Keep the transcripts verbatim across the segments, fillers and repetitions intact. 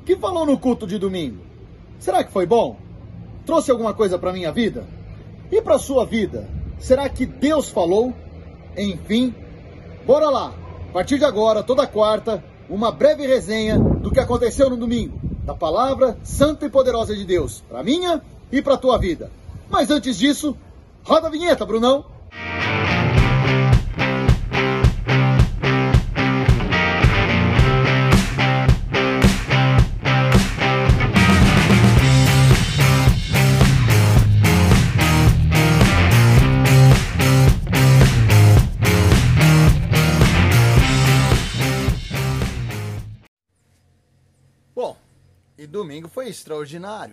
que falou no culto de domingo? Será que foi bom? Trouxe alguma coisa para minha vida? E para sua vida? Será que Deus falou? Enfim, bora lá! A partir de agora, toda quarta, uma breve resenha do que aconteceu no domingo, da palavra santa e poderosa de Deus, para minha e para tua vida. Mas antes disso, roda a vinheta, Brunão! Bom, e domingo foi extraordinário.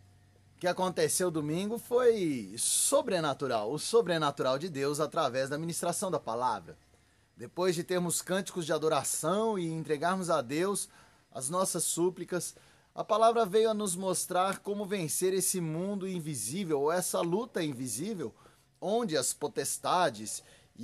O que aconteceu domingo foi sobrenatural, o sobrenatural de Deus através da ministração da palavra. Depois de termos cânticos de adoração e entregarmos a Deus as nossas súplicas, a palavra veio a nos mostrar como vencer esse mundo invisível, ou essa luta invisível, onde as potestades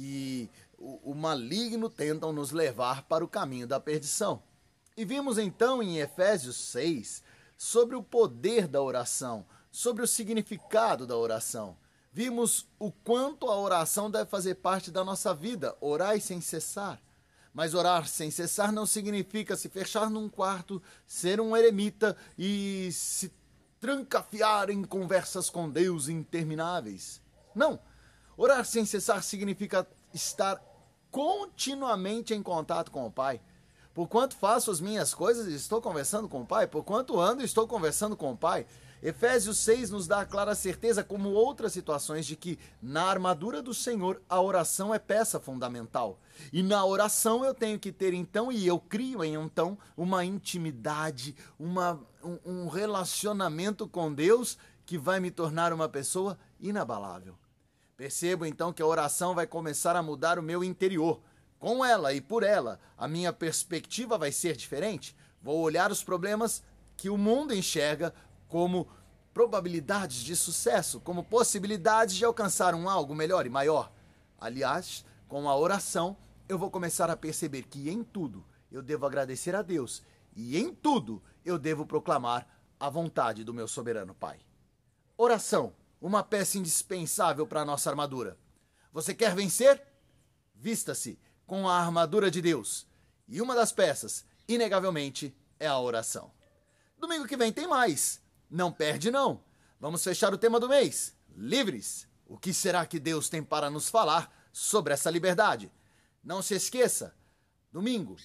e o, o maligno tentam nos levar para o caminho da perdição. E vimos então em Efésios seis sobre o poder da oração, sobre o significado da oração. Vimos o quanto a oração deve fazer parte da nossa vida, orar sem cessar. Mas orar sem cessar não significa se fechar num quarto, ser um eremita e se trancafiar em conversas com Deus intermináveis. Não, orar sem cessar significa estar continuamente em contato com o Pai. Porquanto faço as minhas coisas, estou conversando com o Pai. Porquanto ando, estou conversando com o Pai. Efésios seis nos dá a clara certeza, como outras situações, de que na armadura do Senhor a oração é peça fundamental. E na oração eu tenho que ter então, e eu crio em então, uma intimidade, uma, um, um relacionamento com Deus que vai me tornar uma pessoa inabalável. Percebo então que a oração vai começar a mudar o meu interior. Com ela e por ela, a minha perspectiva vai ser diferente. Vou olhar os problemas que o mundo enxerga como probabilidades de sucesso, como possibilidades de alcançar um algo melhor e maior. Aliás, com a oração, eu vou começar a perceber que em tudo eu devo agradecer a Deus e em tudo eu devo proclamar a vontade do meu soberano Pai. Oração, uma peça indispensável para a nossa armadura. Você quer vencer? Vista-se com a armadura de Deus. E uma das peças, inegavelmente, é a oração. Domingo que vem tem mais. Não perde, não. Vamos fechar o tema do mês. Livres. O que será que Deus tem para nos falar sobre essa liberdade? Não se esqueça, domingo,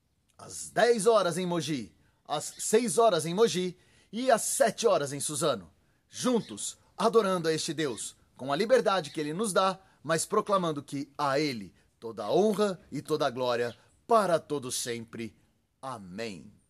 às dez horas em Mogi, às seis horas em Mogi e às sete horas em Suzano. Juntos, adorando a este Deus, com a liberdade que Ele nos dá, mas proclamando que a Ele toda a honra e toda a glória para todos sempre. Amém.